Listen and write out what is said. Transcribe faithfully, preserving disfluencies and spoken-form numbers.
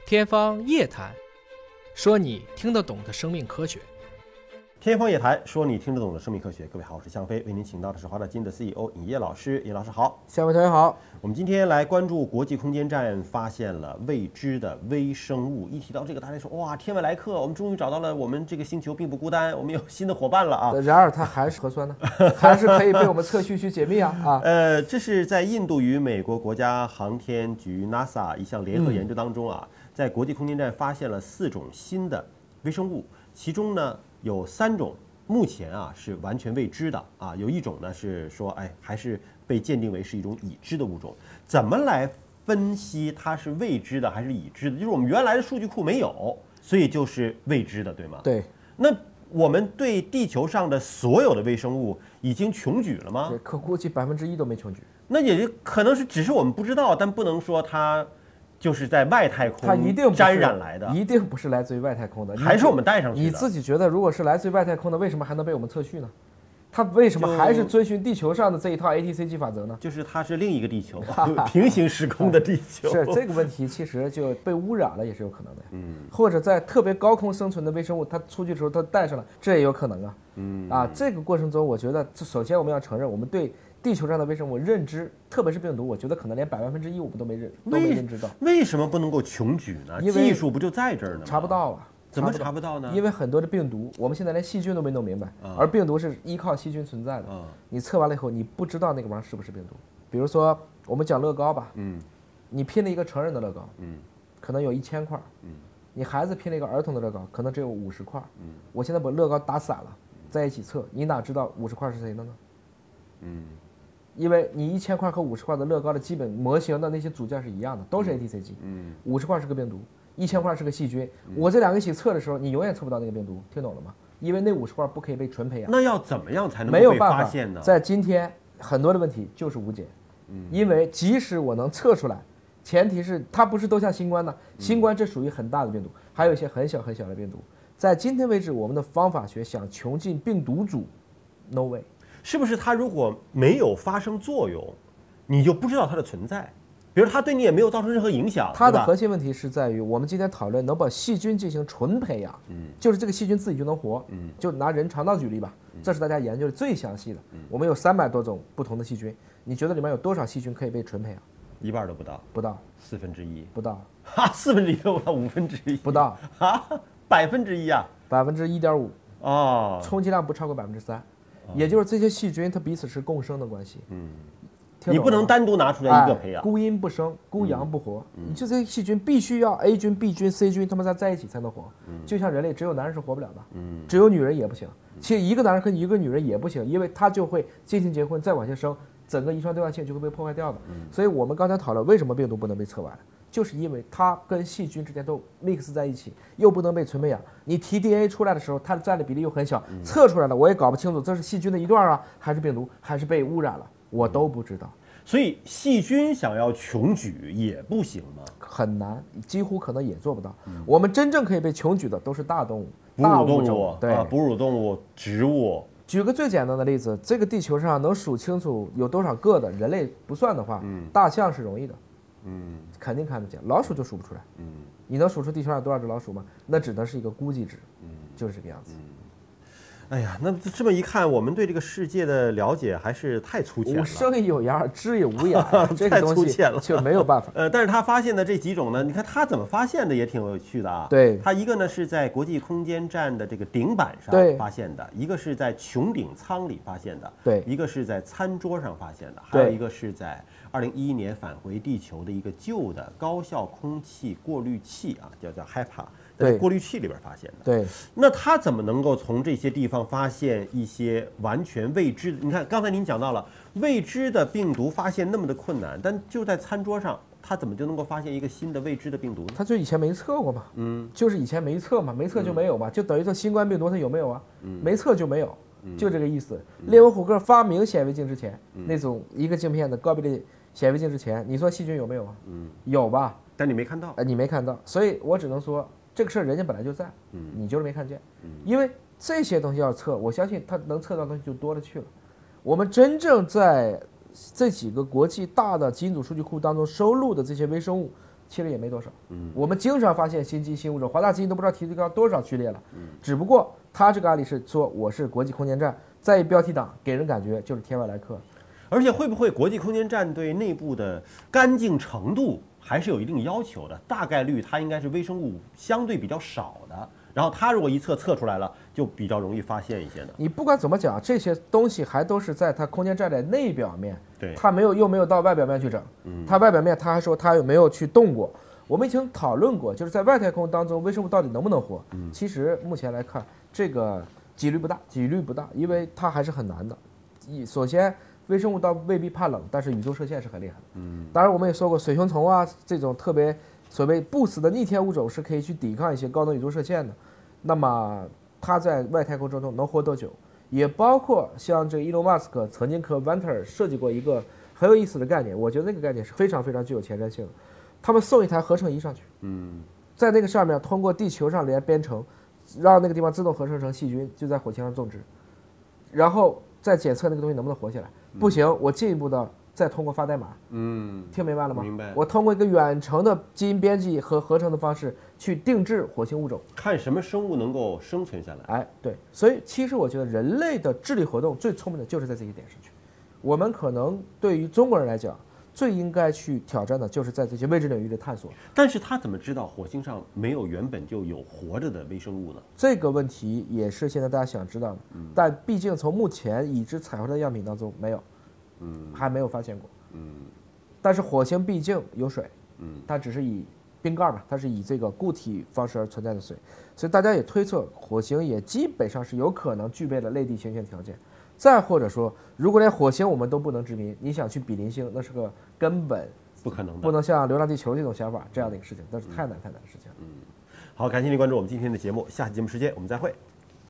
天方夜谭，说你听得懂的生命科学。 天方夜谭，说你听得懂的生命科学。各位好，我是向飞，为您请到的是华大基因的 C E O 尹烨老师。尹老师好。 向飞同学好。 我们今天来关注国际空间站发现了未知的微生物。一提到这个，大家说哇，天外来客，我们终于找到了，我们这个星球并不孤单，我们有新的伙伴了啊。 然而它还是核酸呢，还是可以被我们测序去解密啊啊。 呃，这是在印度与美国国家航天局 NASA 一项联合研究当中啊，嗯、在国际空间站发现了四种新的微生物，其中呢有三种目前啊是完全未知的啊，有一种呢是说，哎，还是被鉴定为是一种已知的物种。怎么来分析它是未知的还是已知的？就是我们原来的数据库没有，所以就是未知的，对吗？ 对。 那我们对地球上的所有的微生物已经穷举了吗？ 可估计百分之一都没穷举。 那也可能是只是我们不知道，但不能说它就是在外太空它一定沾染来的， 一定不是来自于外太空的， 还是我们带上去的。 你自己觉得，如果是来自于外太空的，为什么还能被我们测序呢？它为什么还是遵循地球上的这一套 A T C G 法则呢？ 就是它是另一个地球，平行时空的地球。 是这个问题，其实就被污染了也是有可能的。嗯，或者在特别高空生存的微生物，它出去的时候它带上了，这也有可能啊。嗯啊，这个过程中，我觉得首先我们要承认，我们对地球上的微生物认知，特别是病毒，我觉得可能连百分之一我们都没认都没认知到。 为什么不能够穷举呢？技术不就在这儿呢吗？ 查不到啊。 怎么查不到呢？ 因为很多的病毒，我们现在连细菌都没弄明白，嗯、而病毒是依靠细菌存在的。嗯、你测完了以后，你不知道那个玩意儿是不是病毒。比如说，我们讲乐高吧，嗯，你拼了一个成人的乐高，嗯，可能有一千块，嗯，你孩子拼了一个儿童的乐高，可能只有五十块，嗯，我现在把乐高打散了，在一起测，你哪知道五十块是谁的呢？嗯，因为你一千块和五十块的乐高的基本模型的那些组件是一样的，都是 A T C G，嗯，五十块是个病毒。一千块是个细菌，我这两个一起测的时候，你永远测不到那个病毒，听懂了吗？因为那五十块不可以被纯培养。 那要怎么样才能没有被发现呢？ 在今天很多的问题就是无解，嗯，因为即使我能测出来，前提是它不是都像新冠呢，新冠这属于很大的病毒，还有一些很小很小的病毒。在今天为止，我们的方法学想穷尽病毒组 ，no way。 是不是它如果没有发生作用，你就不知道它的存在？比如它对你也没有造成任何影响， 它的核心问题是在于我们今天讨论能把细菌进行纯培养，嗯，就是这个细菌自己就能活，嗯，就拿人肠道举例吧，这是大家研究的最详细的。我们有三百多种不同的细菌，你觉得里面有多少细菌可以被纯培养？ 一半都不到， 不到四分之一， 不到， 哈，四分之一都不到，五分之一不到， 啊，百分之一啊， 百分之一点五哦， 充其量不超过百分之三，也就是这些细菌它彼此是共生的关系，嗯。 你不能单独拿出来一个培养， 哎、孤阴不生，孤阳不活。嗯、你就这些细菌必须要 A 菌、B 菌、C 菌，他们在在一起才能活。嗯、就像人类，只有男人是活不了的，嗯、只有女人也不行。其实一个男人和一个女人也不行，因为他就会进行结婚，再往下生，整个遗传多样性就会被破坏掉的。嗯、所以我们刚才讨论为什么病毒不能被测完，就是因为它跟细菌之间都 mix 在一起，又不能被纯培养。你提 D N A 出来的时候，它占的比例又很小，嗯、测出来了我也搞不清楚这是细菌的一段啊，还是病毒，还是被污染了。我都不知道， 所以细菌想要穷举也不行吗？ 很难，几乎可能也做不到。嗯、我们真正可以被穷举的都是大动物、 哺乳动物， 对、啊，哺乳动物、植物。 举个最简单的例子，这个地球上能数清楚有多少个的人类不算的话，嗯、大象是容易的，嗯，肯定看得见，老鼠就数不出来。嗯，你能数出地球上有多少只老鼠吗？那只能是一个估计值，嗯，就是这个样子。嗯哎呀，那这么一看，我们对这个世界的了解还是太粗浅了。 无生有涯，知有无涯，这个东西就没有办法。 呃，但是他发现的这几种呢，你看他怎么发现的也挺有趣的啊。 对， 他一个呢是在国际空间站的这个顶板上发现的，一个是在穹顶舱里发现的， 对， 一个是在餐桌上发现的，还有一个是在二零一一年返回地球的一个旧的高效空气过滤器啊，叫叫 H E P A。在过滤器里边发现的。 对， 那他怎么能够从这些地方发现一些完全未知的？你看，刚才您讲到了未知的病毒发现那么的困难，但就在餐桌上，他怎么就能够发现一个新的未知的病毒呢？ 他就以前没测过嘛，嗯，就是以前没测嘛，没测就没有嘛，嗯、就等于说新冠病毒它有没有啊？嗯、没测就没有，嗯、就这个意思。嗯、列文虎克发明显微镜之前，嗯、那种一个镜片的高比例显微镜之前，你说细菌有没有啊？嗯，有吧？ 但你没看到， 呃，你没看到，所以我只能说。这个事儿人家本来就在，嗯，你就是没看见，嗯，因为这些东西要测，我相信它能测到的东西就多了去了。我们真正在这几个国际大的基因组数据库当中收录的这些微生物， 其实也没多少。嗯，我们经常发现新基新物种，华大基因都不知道提高多少序列了。嗯，只不过它这个案例是说我是国际空间站，在标题党给人感觉就是天外来客。 而且会不会国际空间站对内部的干净程度还是有一定要求的？大概率它应该是微生物相对比较少的，然后它如果一测测出来了，就比较容易发现一些的。 你不管怎么讲，这些东西还都是在它空间站的内表面， 对， 它没有又没有到外表面去整。嗯，它外表面它还说它有没有去动过。我们已经讨论过，就是在外太空当中微生物到底能不能活？嗯，其实目前来看，这个几率不大，几率不大，因为它还是很难的。一首先。微生物倒未必怕冷，但是宇宙射线是很厉害的。嗯，当然我们也说过，水熊虫啊这种特别所谓不死的逆天物种是可以去抵抗一些高能宇宙射线的。那么它在外太空当中能活多久？也包括像这个伊隆马斯克曾经和 Venter 设计过一个很有意思的概念，我觉得那个概念是非常非常具有前瞻性的。他们送一台合成仪上去，嗯，在那个上面通过地球上连编程，让那个地方自动合成成细菌，就在火星上种植，然后再检测那个东西能不能活下来。不行，我进一步的再通过发代码，嗯，听明白了吗？ 明白。 我通过一个远程的基因编辑和合成的方式去定制火星物种， 看什么生物能够生存下来。 哎，对，所以其实我觉得人类的智力活动最聪明的就是在这一点上去。我们可能对于中国人来讲，最应该去挑战的就是在这些未知领域的探索。 但是他怎么知道火星上没有原本就有活着的微生物呢？ 这个问题也是现在大家想知道的，嗯、但毕竟从目前已知采回的样品当中没有，嗯，还没有发现过，嗯。但是火星毕竟有水，嗯，它只是以冰盖嘛，它是以这个固体方式而存在的水，所以大家也推测火星也基本上是有可能具备了类地行星条件。再或者说，如果连火星我们都不能殖民，你想去比邻星，那是个根本不可能的， 不能像《流浪地球》这种想法这样的一个事情，那是太难太难的事情。 嗯，好，感谢您关注我们今天的节目，下期节目时间我们再会。